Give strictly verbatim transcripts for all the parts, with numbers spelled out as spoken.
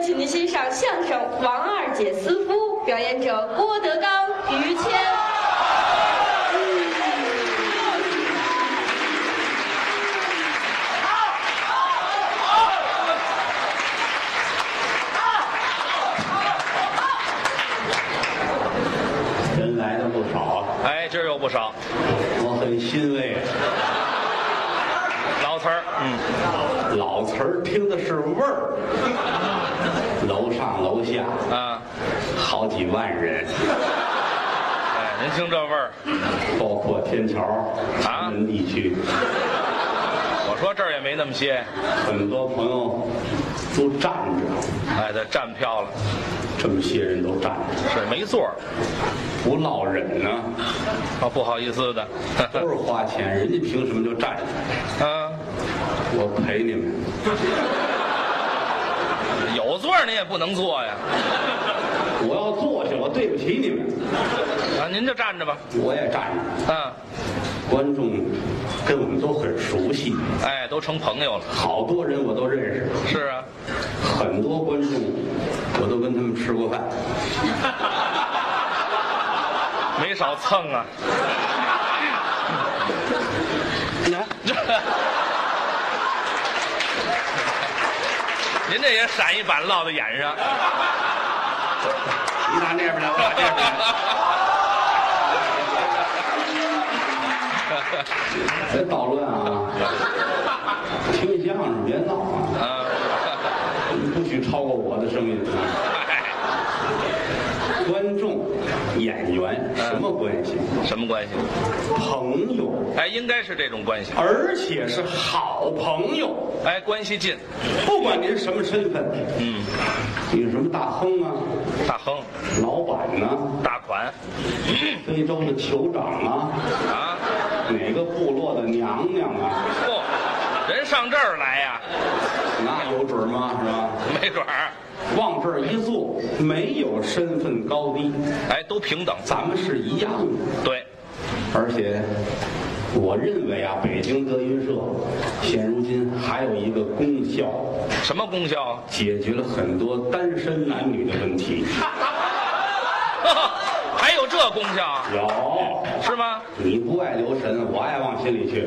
请您欣赏相声《王二姐私夫》，表演者郭德纲、于谦。 人来的不少啊！ 哎，今儿有不少， 我很欣慰。 老词儿，嗯， 老词儿听的是味儿，楼上楼下啊， 好几万人， 哎，您听这味儿， 包括天桥啊门地区， 我说这儿也没那么些， 很多朋友都站着， 哎，这站票了， 这么些人都站着， 是没座儿， 不落忍呢， 啊，不好意思的， 都是花钱，人家凭什么就站着？ 啊， 我陪你们， 有座儿您也不能坐呀， 我要坐下，我对不起你们， 啊，您就站着吧， 我也站着。 啊， 观众跟我们都很熟悉， 哎，都成朋友了， 好多人我都认识， 是啊， 很多观众我都跟他们吃过饭。 没少蹭啊，这，您这也闪一板落在眼上， 你打那边来，我打这边来。别捣乱啊！听相声别闹啊！ 啊， 你不许超过我的声音。观众、演员什么关系？ 什么关系？ 朋友， 哎，应该是这种关系， 而且是好朋友。 哎，关系近， 不管您什么身份， 嗯， 你是什么大亨啊、 大亨、 老板呢、 大款， 非洲的酋长啊， 啊， 哪个部落的娘娘啊， 嚯，人上这儿来呀， 那有准吗？是吧？ 没准儿， 往这儿一坐，没有身份高低， 哎，都平等， 咱们是一样的。 对， 而且，我认为啊，北京德云社现如今还有一个功效， 什么功效？ 解决了很多单身男女的问题。 还有这功效？ 有， 是吗？ 你不爱留神，我爱往心里去。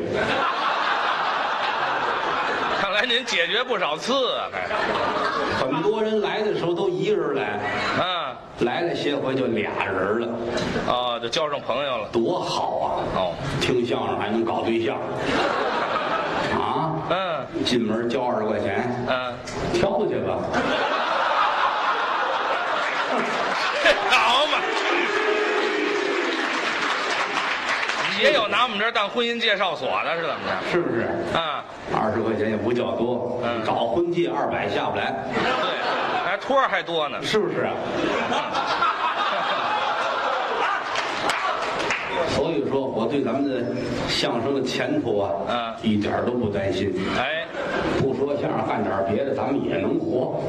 看来您解决不少次啊，还， 很多人来的时候都一个人来， 嗯， 来了些回就俩人了， 哦，就交上朋友了， 多好啊！ 哦， 听相声还能搞对象啊！ 嗯进门交二十块钱， 嗯， 挑去吧。 好嘛，也有拿我们这儿当婚姻介绍所的，是怎么着？ 是不是？ 啊， 二十块钱也不叫多， 嗯找婚介二百下不来， 对，还托儿还多呢。 是不是啊？所以说，我对咱们的相声的前途啊， 嗯一点儿都不担心。 哎， 不说相声，干点别的，咱们也能活。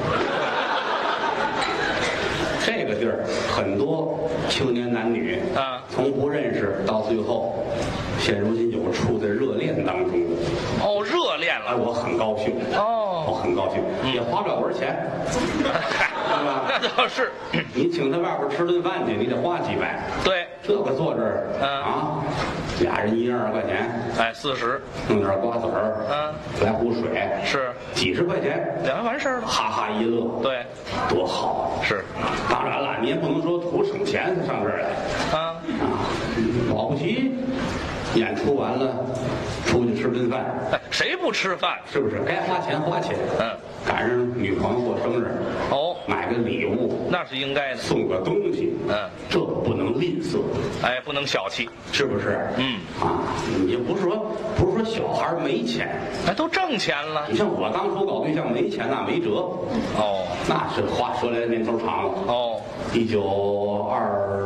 这个地儿很多青年男女啊从不认识到最后，现如今有处在热恋当中。 哦，热恋哎， 了。 我很高兴，我哦， 很高兴，也花不了多少钱， 嗨， 是吧？ 那倒是， 你请他外边吃顿饭去，你得花几百。 对， 这个坐这儿， 嗯啊，俩人一人二十块钱， 哎，四十， 弄点瓜子儿， 嗯， 来壶水， 是， 几十块钱， 两完事儿了。 哈哈一乐， 对， 多好啊！ 是， 当然了，你也不能说图省钱才上这儿来啊， 啊，保不齐演出完了出去吃顿饭， 哎，谁不吃饭？ 是不是？该花钱花钱， 嗯， 赶上女朋友过生日， 哦， 买个礼物， 那是应该的。 送个东西， 嗯， 这个不能吝啬， 哎，不能小气。 是不是？ 嗯， 啊，你就不是说不是说小孩没钱， 那都挣钱了。 你像我当初搞对象没钱那没辙， 哦那是话说来年头长了。 哦， 一九二，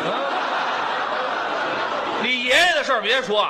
你爷爷的事儿别说。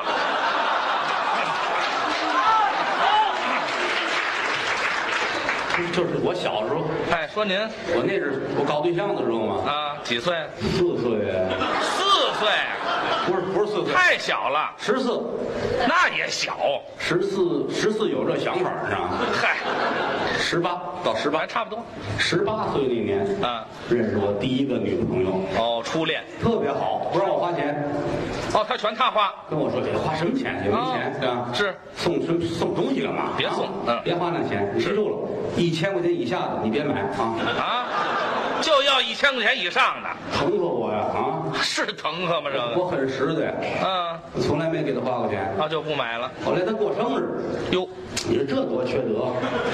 就是我小时候， 哎，说您我那是我搞对象的时候嘛， 啊，几岁？ 四岁， 四岁， 不是不是四岁， 太小了， 十四， 那也小。 十四十四有这想法是吧？ 嗨， 十八到十八还，差不多。 十八岁那年， 嗯， 认识我第一个女朋友， 哦，初恋。 特别好，不让我花钱， 哦，他全他花。 跟我说这花什么钱？也没钱， 哦是吧？ 是送什么送东西干嘛？ 别送啊嗯别花那钱，你记住了，一千块钱以下的你别买啊， 啊，就要一千块钱以上的， 疼死我呀啊！ 是疼呵吗？这个， 我很实在， 嗯， 我从来没给他花过钱。 那就不买了。 后来他过生日， 哟， 你说这多缺德，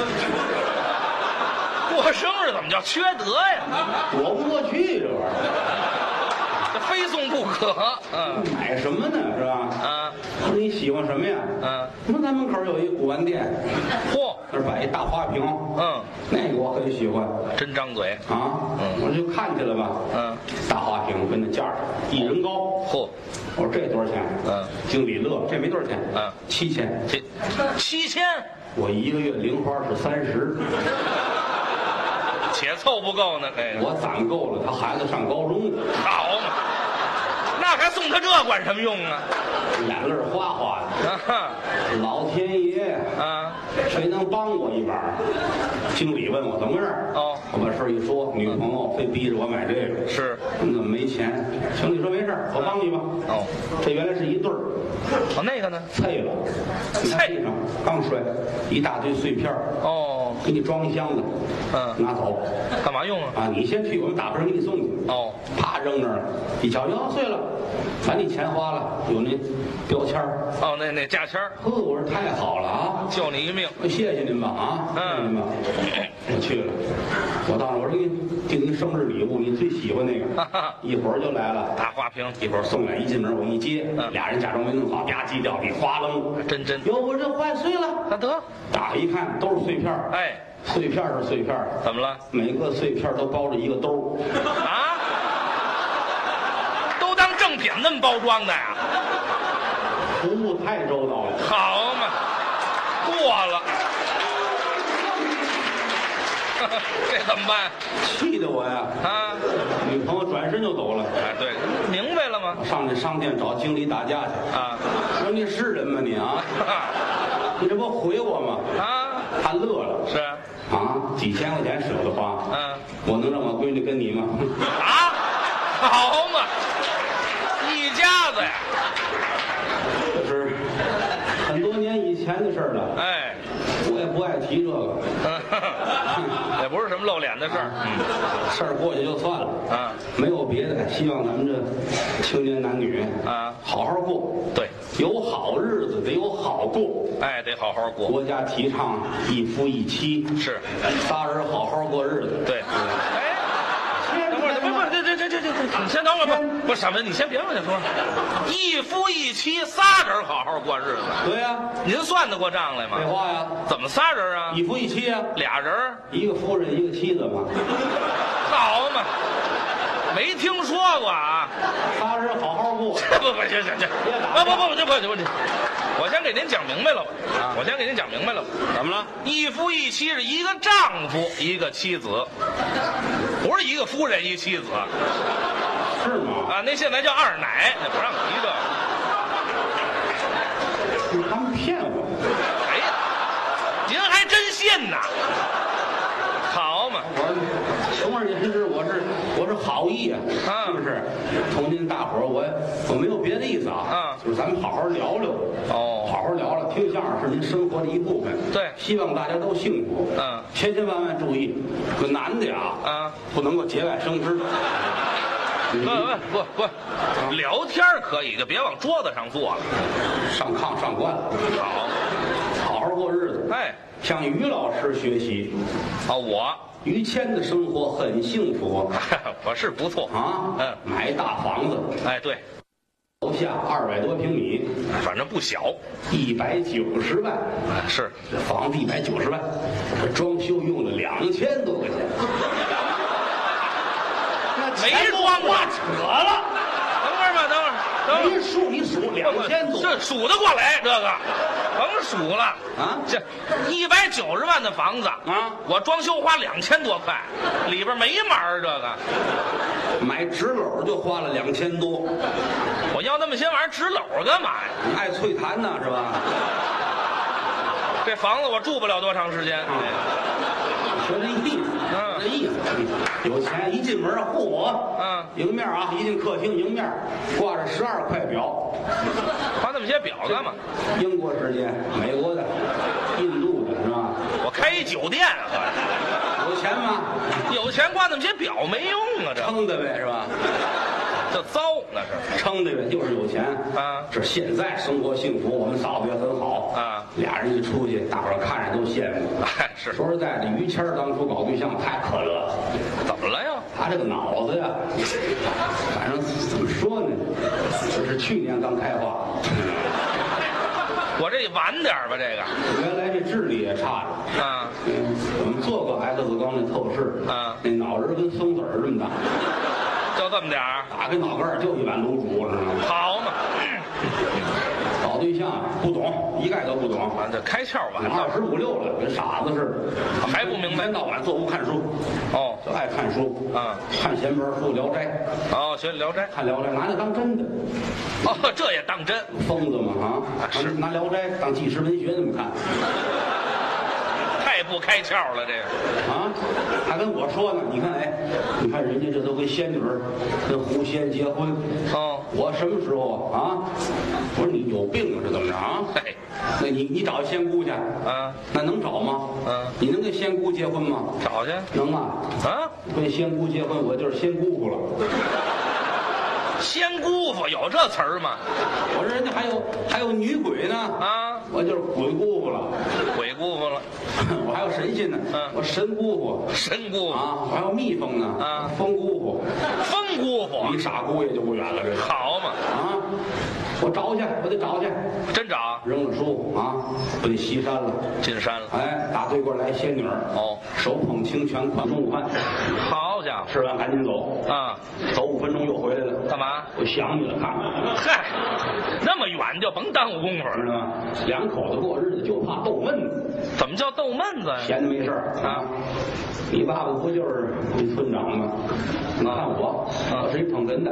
过生日怎么叫缺德呀？ 躲不过去这玩意儿。 这非送不可。嗯买什么呢？是吧？ 啊， 我说你喜欢什么呀？ 嗯， 你说咱门口有一古玩店， 嚯， 那儿摆一大花瓶， 嗯， 那个我很喜欢真张嘴。 啊。 嗯我就看去了吧。 嗯， 大花瓶跟那价儿一人高。 嚯， 我说这多少钱？ 嗯， 经理乐，这没多少钱。 嗯， 七千。 七七千， 我一个月零花是三十， 且凑不够呢。这个我攒够了，他孩子上高中， 好嘛，那还送他这管什么用啊？ 眼泪哗哗的。 啊哈， 老天爷呀！ 啊， 谁能帮我一把？经理问我怎么回事？ 哦， 我把事儿一说，女朋友非逼着我买这个， 是， 你怎么没钱？经理说没事儿，我帮你吧。 哦， 这原来是一对儿， 哦，那个呢？ 碎了， 碎地上刚摔，一大堆碎片儿， 哦， 给你装一箱子， 嗯， 拿走干嘛用啊？ 啊！你先去，我们打包人给你送去。 哦， 啪扔那儿了，一瞧哟碎了，反正你钱花了，有那标签儿。 哦，那那价签儿呵，我说太好了啊！ 救你一命。 谢谢您吧啊，谢谢您吧。我去了，我到那儿我说给你订一生日礼物，你最喜欢那个哈哈， 一会儿就来了。 大花瓶， 一会儿送来，一进门我一接， 嗯俩人假装没弄好，吧唧掉地，哗楞， 真真。 哟，我这坏碎了。 那得， 打开一看都是碎片儿， 哎， 碎片儿是碎片儿， 怎么了？ 每个碎片儿都包着一个兜儿。 啊？都当正品那么包装的呀？ 服务太周到了。 好嘛，过了。这怎么办？ 气得我呀！ 啊？ 女朋友转身就走了。 哎，对，明白了吗？ 上那商店找经理打架去。 啊说你是人吗你啊？你这不毁我吗？ 啊， 他乐了。 是， 啊，几千块钱舍得花。 嗯， 我能让我闺女跟你吗？ 啊，好嘛，一家子呀。 这是很多年以前的事儿了。 哎， 我也不爱提这个。 嗯，也不是什么露脸的事儿。嗯， 事儿过去就算了。 啊， 没有别的，希望咱们这青年男女啊好好过。 对， 有好日子得有好过。 哎，得好好过。 国家提倡一夫一妻， 是， 仨人好好过日子。 对。哎，等会儿，不不，这这这这这，你先等会儿吧。不是什么，你先别往下说。一夫一妻，仨人好好过日子， 对呀， 您算得过账来吗废？话呀， 怎么仨人啊？ 一夫一妻呀， 俩人儿？ 一个夫人一个妻子嘛， 好嘛，没听说过啊。 仨人好好过。 不不行行行，不不不，这不这不这，我先给您讲明白了吧。我先给您讲明白了吧。 怎么了？ 一夫一妻是一个丈夫一个妻子，不是一个夫人一妻子是吗？ 啊。那现在叫二奶，那不让提这个。 他们骗我。 哎呀，您还真信呐？好嘛， 我熊二您是我是我是好意啊， 啊是不是？同您大伙儿，我我没有别的意思啊， 啊就是咱们好好聊聊， 哦好好聊聊，听相声是您生活的一部分， 对希望大家都幸福， 嗯千千万万注意，这男的呀， 啊， 不能够节外生枝， 不不不不，聊天可以，就别往桌子上坐了。 上炕上惯了， 好， 好好过日子， 哎， 向于老师学习， 啊，我于谦的生活很幸福我是不错啊， 嗯， 买大房子， 哎，对， 楼下二百多平米， 反正不小， 一百九十万， 哎是， 这房子一百九十万，这装修用了两千多块钱， 没装啊， 扯了。 等会儿吧，等会儿，等会了你数你数两千多， 这数得过来，这个甭数了啊这一百九十万的房子啊我装修花两千多块，里边没门儿这个。 买纸篓就花了两千多， 我要那么些玩意儿纸篓干嘛呀？ 你爱翠檀呢是吧？ 这房子我住不了多长时间。 说这意思， 嗯这意思，有钱一进门啊，嚯， 嗯迎面啊，一进客厅迎面挂着十二块表， 花那么些表干嘛？ 英国时间、美国的、印度的是吧？ 我开一酒店， 有钱吗？ 有钱挂那么些表没用啊，这撑的呗是吧？ 这糟那是。 撑的呗，就是有钱啊这现在生活幸福，我们嫂子也很好啊。 俩人一出去，大伙儿看着都羡慕。 哎，是说实在的，于谦儿当初搞对象太可乐了。 怎么了呀？ 他这个脑子呀，反正怎么说呢，就是去年刚开化， 我这晚点儿吧，这个原来这智力也差着。 啊， 嗯，我们做过 X 光的透视， 啊那脑仁跟松子儿这么大， 就这么点儿， 打开脑盖儿就一碗卤煮，知道吗？ 好嘛。 搞对象不懂，一概都不懂。 啊，这开窍晚二了， 十五六了，跟傻子似的， 还不明白一天到晚坐屋看书， 哦就爱看书啊， 看闲本书《聊斋》， 哦，学《聊斋》 看《聊斋》拿那当真的， 哦，这也当真。 疯子嘛啊！ 是拿《聊斋》当纪实文学那么看太不开窍了，这个啊！还跟我说呢，你看哎，你看人家这都跟仙女儿、跟狐仙结婚， 哦， 我什么时候啊？啊，我说你有病是怎么着啊？ 嘿， 那你你找仙姑去啊， 那能找吗？ 嗯， 你能跟仙姑结婚吗？ 找去能啊！ 啊， 跟仙姑结婚，我就是仙姑姑了。 仙姑父有这词儿吗？ 我说人家还有还有女鬼呢啊， 我就是鬼姑父了。 鬼姑父了， 我还有神仙呢， 嗯我神姑父神姑父， 啊，我还有蜜蜂呢啊蜂姑父， 疯姑父， 离傻姑爷就不远了，这个好嘛， 啊，我找去，我得找去， 真找扔了书啊，我得西山了。 进山了。 哎，打对过来仙女儿哦， 手捧清泉，挎中午饭， 好家伙吃完赶紧走， 啊， 走五分钟又回来了。 干嘛？ 我想你了，看看。 嗨，那么远就甭耽误功夫了。 知道吗？两口子过日子就怕逗闷子， 怎么叫逗闷子呀？ 闲的没事儿啊。你爸爸不就是一村长吗？你看我，我是一捧哏的，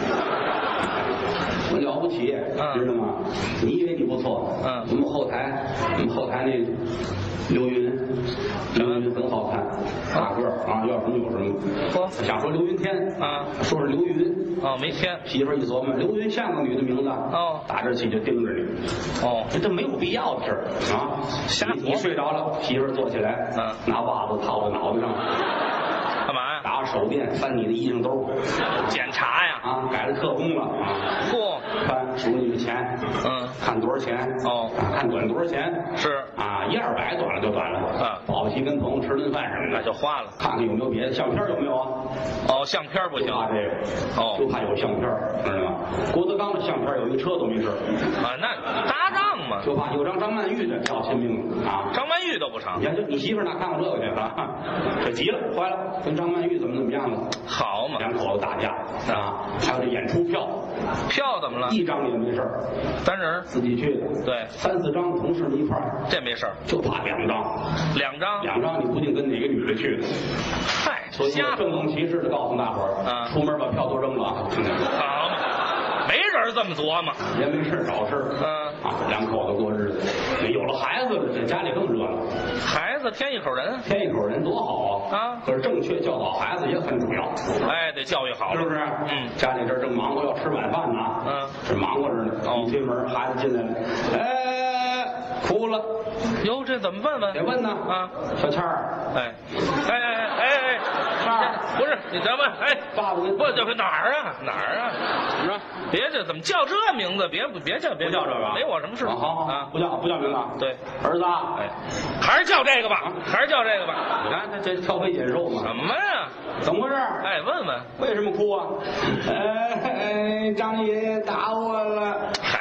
我了不起，知道吗？你以为你不错？ 嗯我们后台，我们后台那刘云，刘云很好看，大个儿啊，要什么有什么。 嚯想说刘云天啊， 说是刘云。 哦，没签。 媳妇儿一琢磨，刘云像个女的名字哦打这起就盯着你。 哦， 这没有必要的事儿啊！ 瞎琢磨你你睡着了，媳妇儿坐起来， 嗯拿袜子套在脑袋上， 干嘛呀？ 打着手电翻你的衣裳兜， 检查呀。 啊，改了特工了啊！ 嚯， 翻数你的钱， 嗯， 看多少钱哦啊看短多少钱是啊，一二百短了就短了， 啊保不齐跟朋友吃顿饭什么那的， 就花了。 看看有没有别的相片有没有啊？ 哦，相片不行。 就怕这个， 哦就怕有相片，知道吗？郭德纲的相片有一车都没事， 啊，那搭档嘛， 就怕有张张曼玉的要亲命了啊！ 张曼玉都不成你。看，就你媳妇儿哪看过这个去啊？这急了，坏了，跟张曼玉怎么怎么样了？ 好嘛， 两口子打架啊！还有这演出票， 票怎么了？ 一张也没事儿， 单人儿自己去的。 对三四张同事们一块儿， 这没事儿， 就怕两张， 两张。 两张你不定跟哪个女的去的。 嗨， 所以瞎我郑重其事的告诉大伙儿， 啊出门把票都扔了啊！ 好嘛，没人这么琢磨。 也没事找事儿。 嗯啊，两口子过日子，那有了孩子了，这家里更热闹。 孩子添一口人， 添一口人多好啊！ 啊可是正确教导孩子也很重要。 哎，得教育好了。 是不是？ 嗯， 家里这儿正忙活要吃晚饭呢， 嗯， 这忙活着呢。 哦一推门，孩子进来了，哎，哭了， 哟，这怎么问问？ 得问呢。 啊， 小倩儿， 哎，哎哎哎哎哎， 儿不是你怎么？哎， 爸爸跟不这是哪儿啊？哪儿啊？ 怎么着？ 别这怎么叫这名字？别别叫别不叫这个啊， 没我什么事。 啊好好啊， 不叫不叫名字啊。 对， 儿子啊， 哎，还是叫这个吧，还是叫这个吧。 你看这这挑肥拣瘦嘛。 什么呀？ 怎么回事？ 哎，问问。 为什么哭啊？哎，张爷爷打我了。 嗨，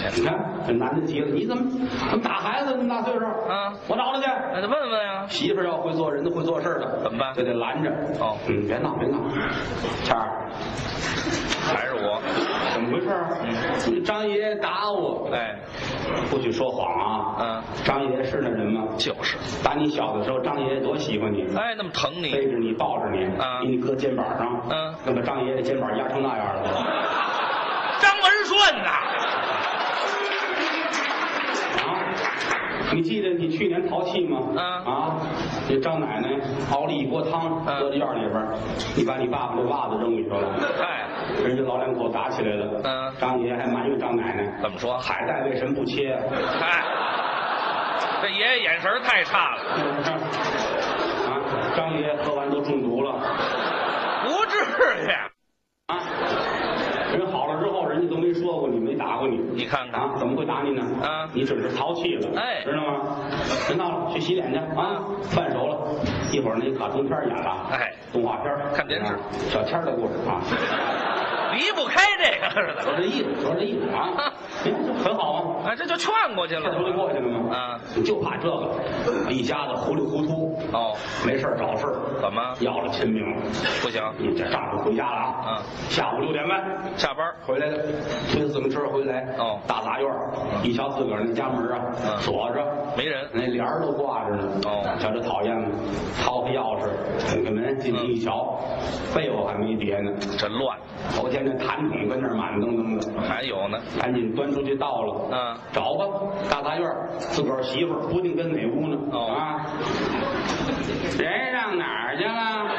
你看这男的急了，你怎么怎么打孩子那么大岁数？ 啊， 我找他去。 那得问问呀。 媳妇儿要会做人，会做事的， 怎么办？ 就得拦着。 哦， 嗯，别闹，别闹，谦儿， 还是我？ 怎么回事？嗯，张爷爷打我。 哎， 不许说谎啊！ 嗯， 张爷爷是那人吗？ 就是。 打你小的时候，张爷爷多喜欢你， 哎，那么疼你， 背着你，抱着你， 啊， 给你搁肩膀上， 嗯， 能把张爷爷的肩膀压成那样了。 张文顺呐！ 你记得你去年淘气吗？ 嗯啊，这张奶奶熬了一锅汤，搁在院里边，你把你爸爸的袜子扔里头了。 哎， 人家老两口打起来了。 嗯， 张爷爷还埋怨张奶奶， 怎么说？ 海带为什么不切？ 哎，这爷爷眼神太差了。 啊，张爷爷喝完都中毒了。 不至于。 啊。人好了之后，人家都没说过你，没打过你。 你看看啊，怎么会打你呢？ 啊， 你只是淘气了， 哎， 知道吗？别闹了，去洗脸去啊！饭熟了，一会儿那卡通片演了， 哎， 动画片看电视， 小谦的故事啊， 离不开这个似的。 说这意思，说这意思啊，很好啊。 哎，这就劝过去了， 这不就过去了吗？ 啊， 你就怕这个，一家子糊里糊涂哦， 没事找事儿， 怎么要了亲命了？ 不行， 你这丈夫回家了啊！ 嗯， 下午六点半下班回来了，推自行车回来， 哦， 大杂院一瞧自个儿那家门啊， 嗯， 锁着， 没人， 那帘儿都挂着呢。 哦， 瞧这讨厌吗？掏开钥匙，捅开门进去一瞧，被窝还没叠呢， 真乱。 头天那痰桶跟那儿满登登的， 还有呢， 赶紧端出去倒了。 嗯， 找吧，大杂院自个儿媳妇儿不定跟哪屋呢。 哦啊，人上哪儿去了？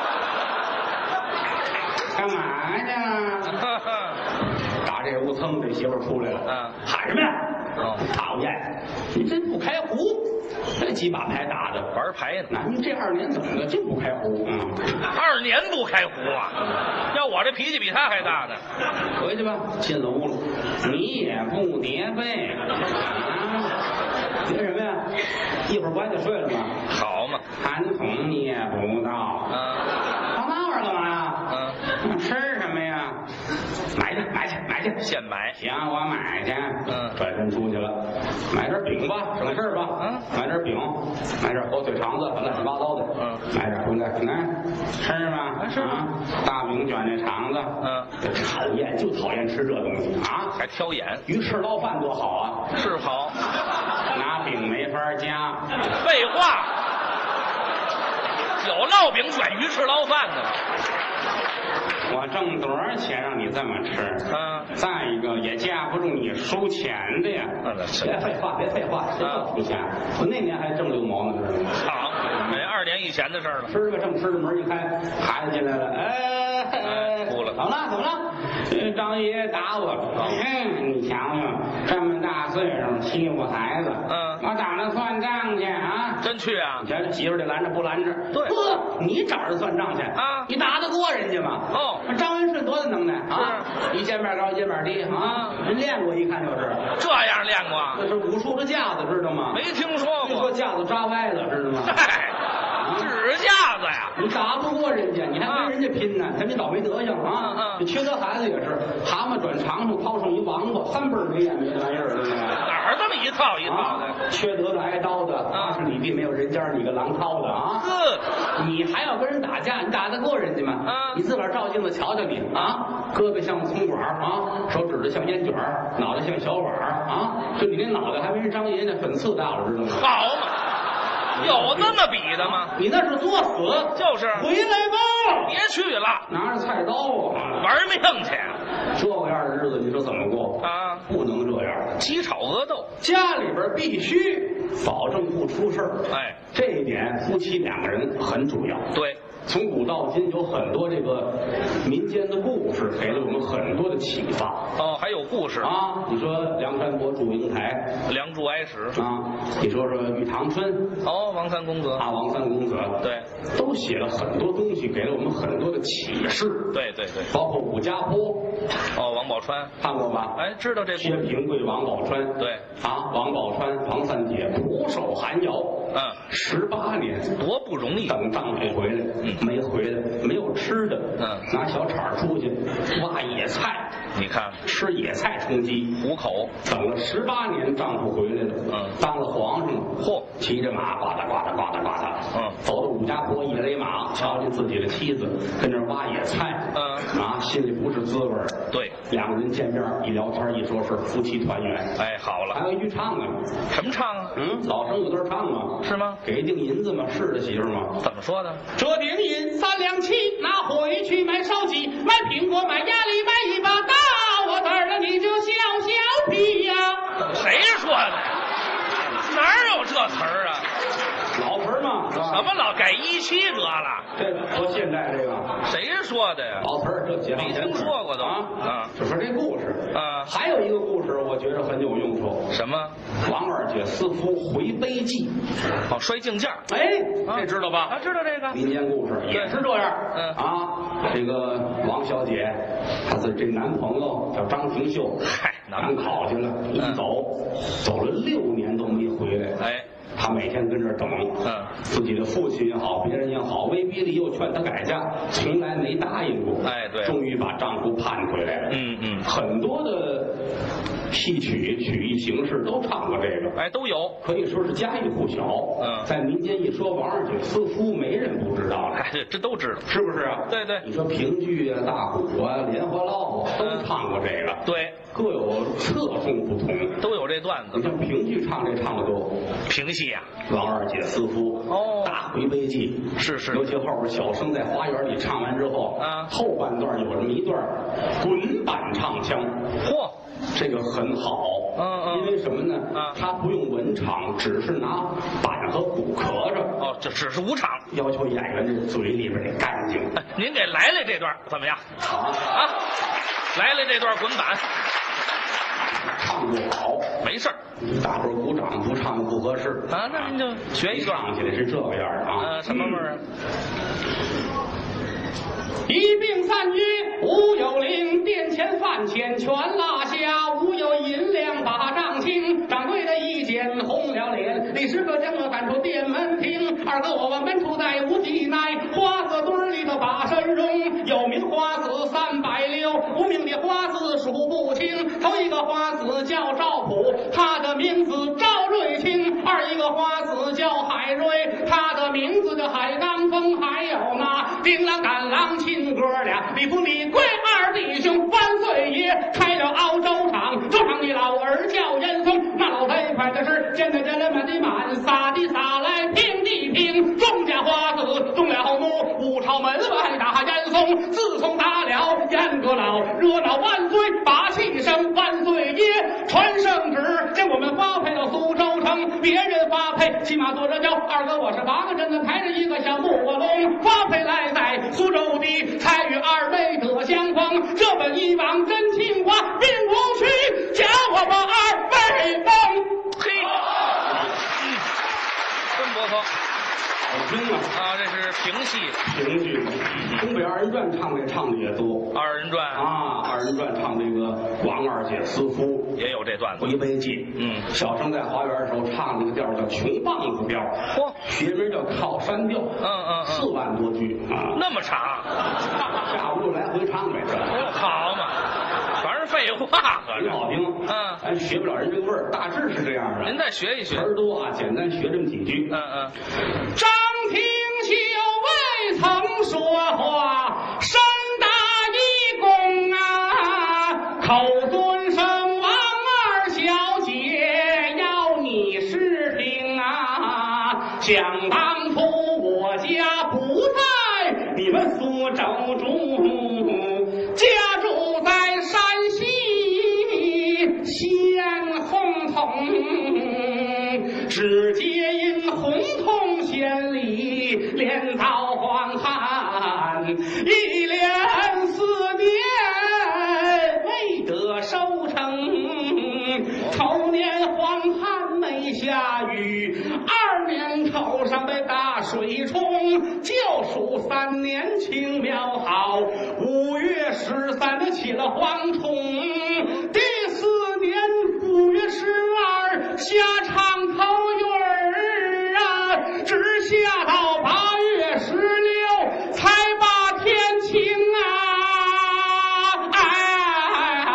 干嘛去了？打这屋蹭，这媳妇儿出来了。 嗯， 喊什么呀？ 哦， 讨厌！你真不开胡，这几把牌打的玩牌呢。 那你这二年怎么的就不开胡？嗯， 二年不开胡啊！要我这脾气比他还大呢。 回去吧，进了屋了。你也不叠被啊？叠什么呀？一会儿不还得睡了吗？ 好嘛， 痰桶你也不到。 啊， 跑那会儿干嘛呀？ 嗯， 吃什么呀？买去，买去，买去， 现买。 行，我买去。 嗯， 转身出去了，买点饼吧，省事儿吧。 嗯， 买点饼，买点火腿肠子，乱七八糟的。 嗯， 买点回来，来吃吧。 吃啊，大饼卷那肠子。 嗯， 讨厌，就讨厌吃这东西啊！ 还挑眼。 鱼翅捞饭多好啊！ 是好， 拿饼没法夹。 废话，有烙饼卷鱼翅捞饭的吗？ 我挣多少钱让你这么吃？ 嗯， 再一个也架不住你收钱的呀。 嗯， 别废话，别废话，谁不出钱？我那年还挣六毛呢，知道吗？ 好，没二年以前的事了。 吃吧，正吃着门一开，孩子进来了，哎， 哎哭了。 怎么了？怎么了？呃张爷爷打我。嗯，你瞧瞧，这么大岁数欺负孩子。 嗯， 我找他算账去啊！ 真去啊？ 你瞧这媳妇儿得拦着不拦着？ 对， 呵，你找人算账去啊？ 你打得过人家吗？ 哦， 张文顺多大能耐啊！一肩膀高一肩膀低啊，人练过，一看就是。 这样练过？ 这是武术的架子，知道吗？ 没听说过。 据说架子扎歪了，知道吗？ 嗨，纸架子呀！ 你打不过人家，你还跟人家拼呢？看你倒霉德行啊！ 嗯这缺德孩子也是，蛤蟆转长上掏上一王八，三辈儿没眼没这玩意儿，知道吗？ 哪儿这么一套一套的？ 缺德的挨刀的，八十里地没有人家，你个狼掏的啊！ 呵， 你还要跟人打架，你打得过人家吗？ 啊， 你自个儿照镜子瞧瞧你啊，胳膊像葱管啊，手指头像烟卷脑袋像小碗啊，就你那脑袋还没人张爷那粉刺大了，知道吗？ 好嘛，有那么比的吗？ 你那是作死， 就是回来吧， 别去了， 拿着菜刀啊， 玩命去。 这样的日子你说怎么过啊？ 不能这样， 鸡炒鹅豆， 家里边必须保证不出事儿。 哎， 这一点夫妻两个人很主要。 对。 从古到今有很多这个民间的故事，给了我们很多的启发。 哦，还有故事啊！你说梁山伯祝英台， 梁祝哀史啊！你说说玉堂春， 哦，王三公子啊，王三公子， 对， 都写了很多东西，给了我们很多的启示。 对对对， 包括武家坡， 哦，王宝钏看过吧？ 哎，知道这薛平贵、王宝钏， 对， 啊，王宝钏、王三姐不受寒窑， 嗯， 十八年， 多不容易。 等丈夫回来，嗯，没回来，没有吃的， 嗯， 拿小铲出去挖野菜， 你看吃野菜充饥， 糊口， 等了十八年，丈夫回来了， 嗯， 当了皇上了， 嚯， 骑着马呱嗒呱嗒呱嗒呱嗒， 嗯， 走到武家坡一勒马，瞧见自己的妻子跟那儿挖野菜， 嗯， 啊，心里不是滋味儿。 对， 两个人见面一聊天一说事，夫妻团圆。 哎，好了， 还有一句唱啊， 什么唱啊？ 嗯，老生有段唱啊， 是吗？ 给定银子嘛，是的媳妇吗？ 怎么说的？ 这定银三两七，拿回去买烧鸡，买苹果，买鸭梨，买一把大窝子儿了，你就笑笑屁呀、啊！ 谁说的呀？哪有这词儿啊？ 老词儿嘛，是吧？ 什么老改一七得了？ 这多现代这个。 谁说的呀？ 老词儿这解放没听说过都啊啊！ 就说这故事啊， 还有一个故事，我觉得很有用处。 什么？ 王二姐私夫回杯记。 哦，摔镜架。 哎，这知道吧？ 啊，知道这个民间故事也是这样。 嗯啊，这个王小姐，她的这男朋友叫张廷秀， 嗨， 赶考去了，一走走了六年都没回来。 哎。 他每天跟这儿等， 嗯， 自己的父亲也好，别人也好，威逼利诱劝他改嫁，从来没答应过。 哎，对， 终于把丈夫盼回来了。 嗯嗯， 很多的戏曲曲艺形式都唱过这个， 哎，都有， 可以说是家喻户晓。 嗯， 在民间一说王二姐私夫，没人不知道了。 哎，这这都知道， 是不是啊？ 对对， 你说评剧啊、大鼓啊、莲花落啊，都唱过这个。 对， 各有侧重不同， 都有这段子。 你像评剧唱这唱的多， 评戏呀， 王二姐私夫哦， 大回杯记是是， 尤其后边小生在花园里唱完之后， 啊， 后半段有这么一段滚板唱腔， 嚯， 这个很好， 嗯嗯， 因为什么呢？ 啊， 他不用文场，只是拿板和鼓磕着， 哦，这只是武场， 要求演员这嘴里边得干净。 哎，您给来来这段怎么样？ 好啊，来来这段滚板。 唱不好没事儿， 大伙儿鼓掌，不唱不合适啊。那您就学一段， 唱起来是这个样的啊。 呃，什么味儿啊？ 一并三约无有零，殿前饭钱全落下，无有银两把账清。掌柜的一见红了脸，李师哥将我赶出店门厅。二哥我们门处在无计奈，花子堆里头把身容。有名花子三百六，无名的花子数不清。头一个花子叫赵普，他的名字赵瑞清；二一个花子叫海瑞，他的名字叫海刚峰。还有那丁郎赶郎亲哥俩，李福李贵二弟兄，万岁爷开了澳洲场，洲场的老儿叫严嵩，那老太快的是见的见了满的满，撒的撒来平地平，众家花子中了怒，五朝门外打严嵩，自从打了严阁老，热闹万岁把气声，万岁爷传圣旨，将我们发配到苏州城，别人发配骑马坐着轿，二哥我是八个人呢，抬着一个小木卧龙，发配来在苏州地，才与二位得相逢，这本以往真情话并无虚，叫我们二位梦。 嘿，嗯，真不错。 好听啊！ 啊，这是评戏， 评剧，东北二人转唱这唱的也多。 二人转啊，二人转唱这个王二姐私夫也有这段子。 回杯记， 嗯， 小生在花园的时候唱那个调叫穷棒子调， 嚯， 学名叫靠山调。 嗯嗯嗯， 四万多句啊， 那么长， 下午就来回唱呗，是吧？ 好嘛，全是废话，可是很好听。 嗯， 咱学不了人这个味儿，大致是这样的。 您再学一学， 词儿多啊，简单学这么几句。 嗯嗯。 张廷秀未曾说话，身大一躬啊，口尊声王二小姐要你试听啊。想当初我家不在你们苏州中，家住在山西县洪洞，只接因洪洞县里连遭荒旱，一连四年未得收成，头年荒旱没下雨，二年头上被大水冲，就数三年青苗好，五月十三的起了蝗虫，第四年五月十二下长头雨儿啊，直下到八月十六才把天晴啊，哎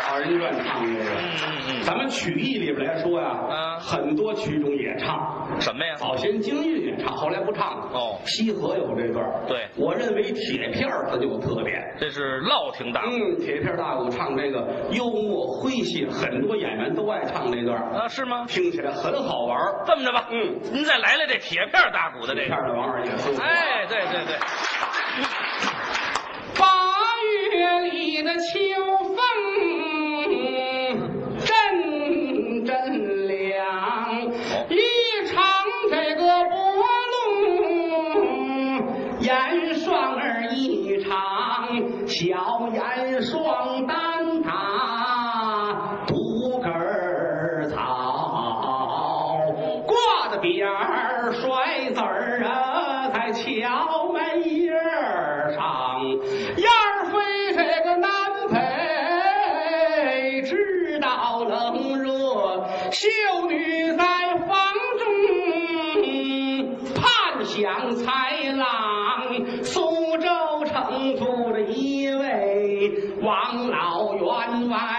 二人转唱这个。 嗯嗯嗯。 咱们曲艺里边来说呀， 嗯， 很多曲种也唱。 什么呀？ 早先京韵也唱，后来不唱了。 哦， 西河有这段。 对， 我认为铁片儿它就有特点。 这是烙听大鼓。 嗯，铁片大鼓唱这个幽默诙谐，很多演员都爱唱这段啊，是吗？ 听起来很好玩。 这么着吧， 嗯， 您再来来这铁片大鼓的这铁片的王二爷说。 哎，对对对。 八月里的秋风阵阵凉，一场这个波龙烟霜儿一场，小烟霜单打独根儿草，挂的边儿摔子儿啊，在桥门叶儿上，燕儿飞这个南北，知道冷热，秀女在房中盼想豺狼，苏州城住着一位王老员外，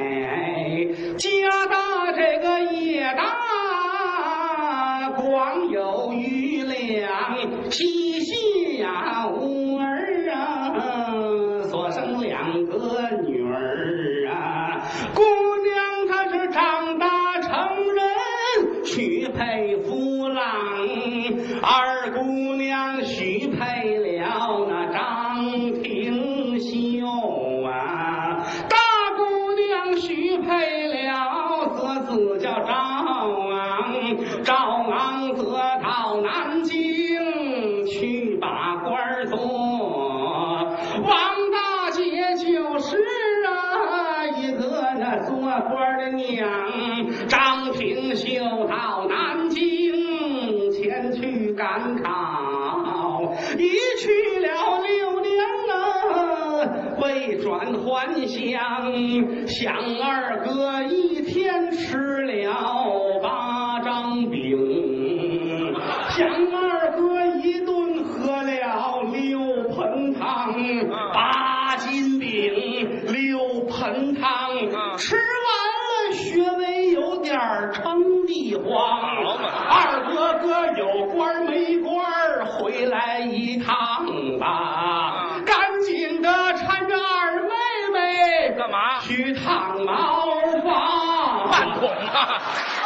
家大这个业大，光有余粮，喜喜呀无儿啊，所生两个女儿啊，姑娘她是长大成人，许配夫郎，二姑娘许配了那张廷秀啊，大姑娘许配了则自叫赵昂，赵昂则到南京去把官做，王大姐就是啊一个那做官的娘，张廷秀到南京前去赶考，一去了六年啊，未转还乡，想二哥一天吃了八张饼，想二哥一顿喝了六盆汤，八斤饼六盆汤，吃完了穴位有点撑地慌，二哥哥有官没官回来一趟吧，赶紧的搀着二妹妹干嘛去趟茅房， 饭桶啊！